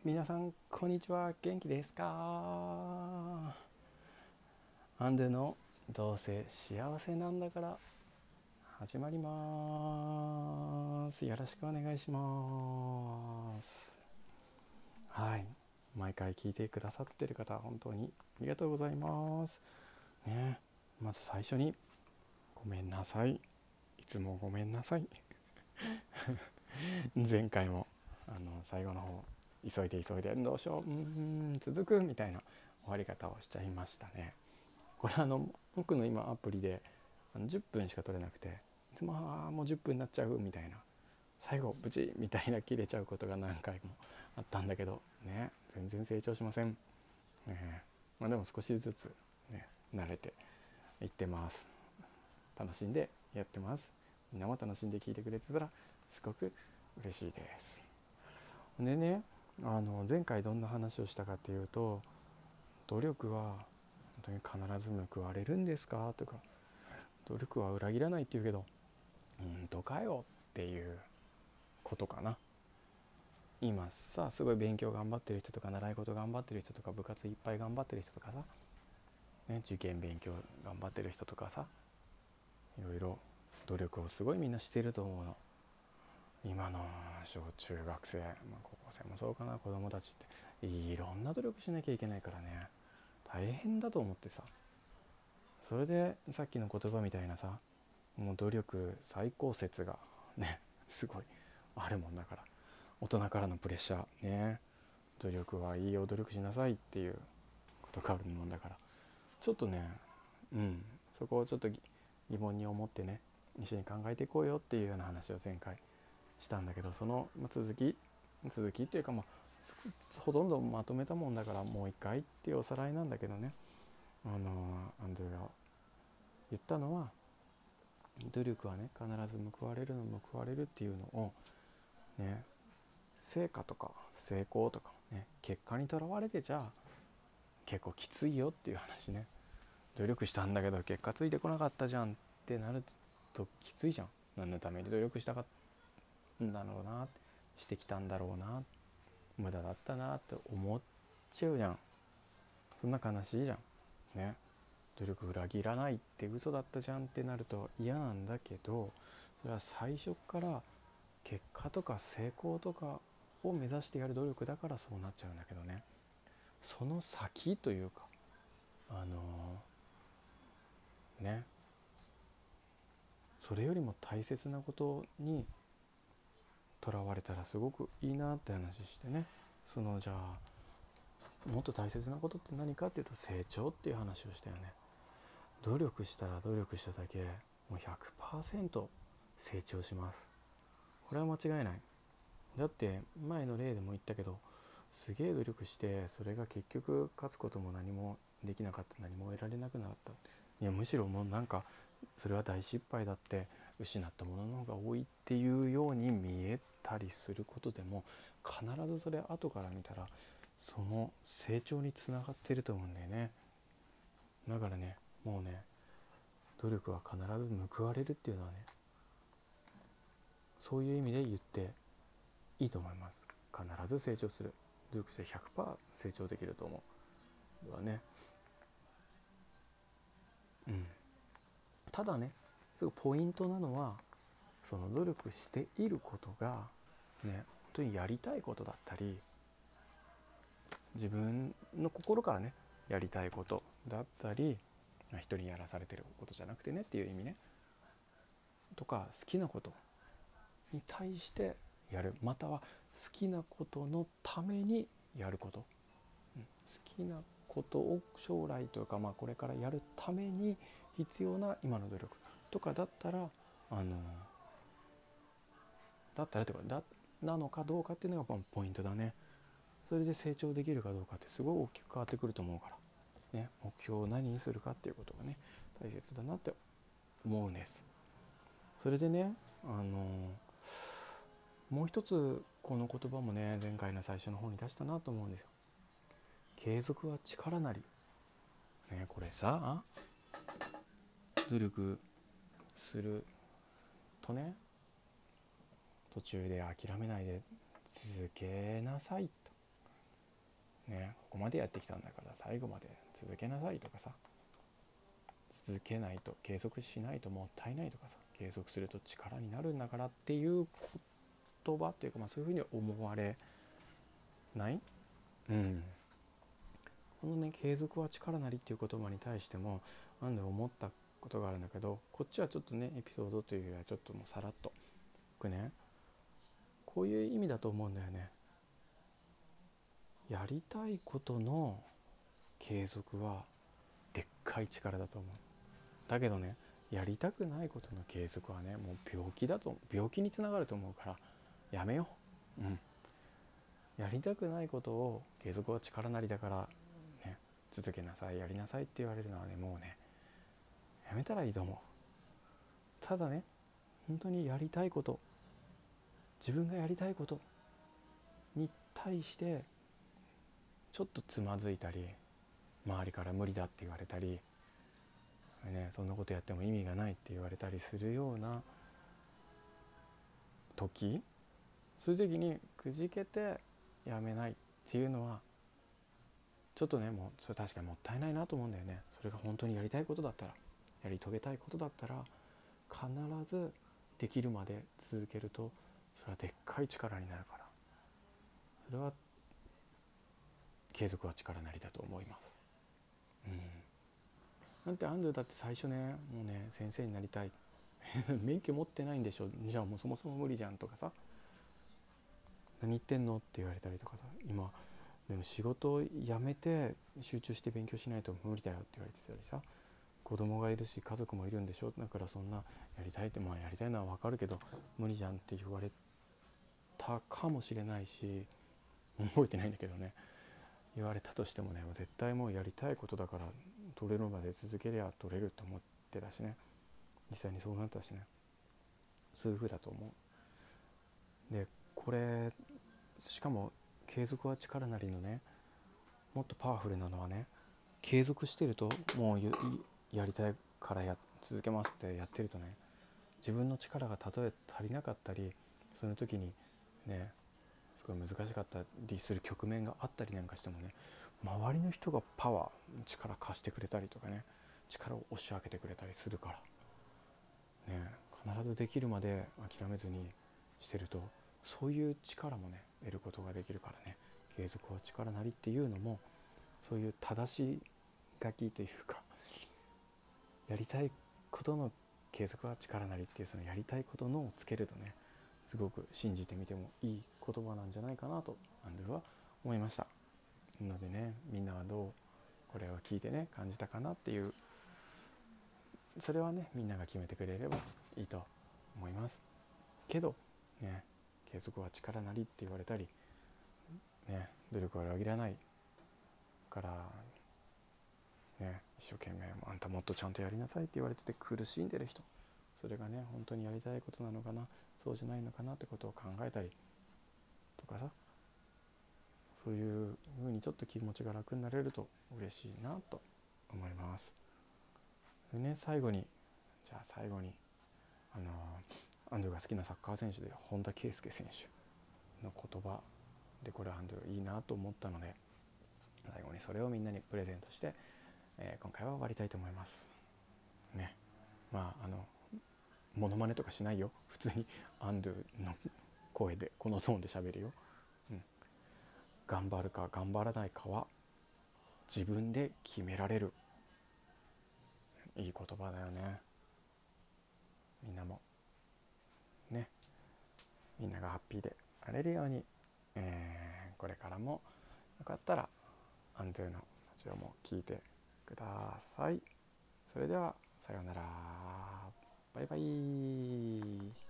皆さんこんにちは。元気ですか？アンドゥのどうせ幸せなんだから始まります。よろしくお願いします。はい、毎回聞いてくださってる方本当にありがとうございますね。まず最初にごめんなさい。いつもごめんなさい。前回も最後の方急いでどうしよう、続くみたいな終わり方をしちゃいましたね。これ僕の今アプリで10分しか取れなくて、いつももう10分になっちゃうみたいな、最後ブチみたいな切れちゃうことが何回もあったんだけどね、全然成長しません、でも少しずつね慣れていってます。楽しんでやってます。みんなも楽しんで聞いてくれてたらすごく嬉しいです。でね、前回どんな話をしたかっていうと、努力は本当に必ず報われるんですかとか、努力は裏切らないって言うけどとかよっていうことかな。今さ、すごい勉強頑張ってる人とか習い事頑張ってる人とか部活いっぱい頑張ってる人とかさ、受験勉強頑張ってる人とかさ、いろいろ努力をすごいみんなしてると思うの。今の小中学生、高校生もそうかな、子供たちっていろんな努力しなきゃいけないからね、大変だと思ってさ。それでさっきの言葉みたいなさ、もう努力最高説がねすごいあるもんだから、大人からのプレッシャーね、努力はいいよ、努力しなさいっていうことがあるもんだから、ちょっとね、そこをちょっと疑問に思ってね、一緒に考えていこうよっていうような話を前回したんだけど、その続きっていうか、ほとんどまとめたもんだからもう一回っていうおさらいなんだけどね、アンドゥが言ったのは、努力はね必ず報われるっていうのをね、成果とか成功とかね、結果にとらわれてちゃ結構きついよっていう話ね。努力したんだけど結果ついてこなかったじゃんってなるときついじゃん。何のために努力したかったんだろうな、してきたんだろうな、無駄だったなって思っちゃうじゃん。そんな悲しいじゃんね。努力裏切らないって嘘だったじゃんってなると嫌なんだけど、それは最初から結果とか成功とかを目指してやる努力だからそうなっちゃうんだけどね。その先というか、あのね、それよりも大切なことにとらわれたらすごくいいなって話してね。じゃあもっと大切なことって何かっていうと、成長っていう話をしたよね。努力したら努力しただけもう 100% 成長します。これは間違いない。だって前の例でも言ったけど、すげえ努力してそれが結局勝つことも何もできなかった、何も得られなくなった、いやむしろもうなんかそれは大失敗だって、失ったものの方が多いっていうように見えたりすることでも、必ずそれ後から見たらその成長につながってると思うんだよね。だからね、もうね、努力は必ず報われるっていうのはね、そういう意味で言っていいと思います。必ず成長する、努力して100%成長できると思う。ではね、ただね、すごいポイントなのは、その努力していることがね、本当にやりたいことだったり、自分の心からねやりたいことだったり、人にやらされてることじゃなくてねっていう意味ね、とか好きなことに対してやる、または好きなことのためにやること、好きなことを将来というか、これからやるために必要な今の努力とかだったら、あのだったらというかなのかどうかっていうのがポイントだね。それで成長できるかどうかってすごい大きく変わってくると思うから、ね、目標を何にするかっていうことがね大切だなって思うんです。それでね、もう一つこの言葉もね前回の最初の方に出したなと思うんですよ。継続は力なり。ね、これさ、努力するとね、途中で諦めないで続けなさいと。 ね、ここまでやってきたんだから最後まで続けなさいとかさ、続けないと、継続しないともったいないとかさ、継続すると力になるんだからっていう言葉っていうか、そういうふうに思われない？このね、継続は力なりっていう言葉に対してもなんで思ったことがあるんだけど、こっちはちょっとねエピソードというよりはちょっともうさらっとこういう意味だと思うんだよね。やりたいことの継続はでっかい力だと思う。だけどね、やりたくないことの継続はね、もう病気につながると思うからやめよう。やりたくないことを継続は力なりだから、ね、続けなさい、やりなさいって言われるのはね、もうねやめたらいいと思う。ただね、本当にやりたいこと、自分がやりたいことに対してちょっとつまずいたり、周りから無理だって言われたり、そんなことやっても意味がないって言われたりするような時、そういう時にくじけてやめないっていうのはちょっとね、もうそれ確かにもったいないなと思うんだよね。それが本当にやりたいことだったら、やり遂げたいことだったら、必ずできるまで続けると、それはでっかい力になるから、それは継続は力なりだと思います。なんてアンドゥだって最初ね、もうね先生になりたい免許持ってないんでしょ、じゃあもうそもそも無理じゃんとかさ、何言ってんのって言われたりとかさ、今でも仕事を辞めて集中して勉強しないと無理だよって言われてたりさ、子供がいるし家族もいるんでしょ、だからそんなやりたいって、やりたいのは分かるけど無理じゃんって言われたかもしれないし、覚えてないんだけどね、言われたとしてもね、絶対もうやりたいことだから取れるまで続けりゃ取れると思ってたしね、実際にそうなったしね、そういう風だと思う。でこれしかも継続は力なりのね、もっとパワフルなのはね、継続してるともうやりたいから続けますってやってるとね、自分の力がたとえ足りなかったり、その時にねすごい難しかったりする局面があったりなんかしてもね、周りの人がパワー、力貸してくれたりとかね、力を押し上げてくれたりするからね、必ずできるまで諦めずにしてると、そういう力もね得ることができるからね、継続は力なりっていうのもそういう正し書きというか、やりたいことの継続は力なりっていう、そのやりたいことのをつけるとね、すごく信じてみてもいい言葉なんじゃないかなとアンドゥは思いました。のでね、みんなはどうこれを聞いてね感じたかなっていう、それはねみんなが決めてくれればいいと思いますけどね、継続は力なりって言われたりね、努力は裏切らないからね、一生懸命あんたもっとちゃんとやりなさいって言われてて苦しんでる人、それがね本当にやりたいことなのかな、そうじゃないのかなってことを考えたりとかさ、そういう風にちょっと気持ちが楽になれると嬉しいなと思います。でね、最後にアンドゥが好きなサッカー選手で本田圭佑選手の言葉で、これアンドゥいいなと思ったので、最後にそれをみんなにプレゼントして、今回は終わりたいと思いますね。モノマネとかしないよ、普通にアンドゥの声でこのトーンで喋るよ。頑張るか頑張らないかは自分で決められる。いい言葉だよね。みんなもね、みんながハッピーであれるように、これからもよかったらアンドゥのラジオも聞いてください。それではさようなら、バイバイ。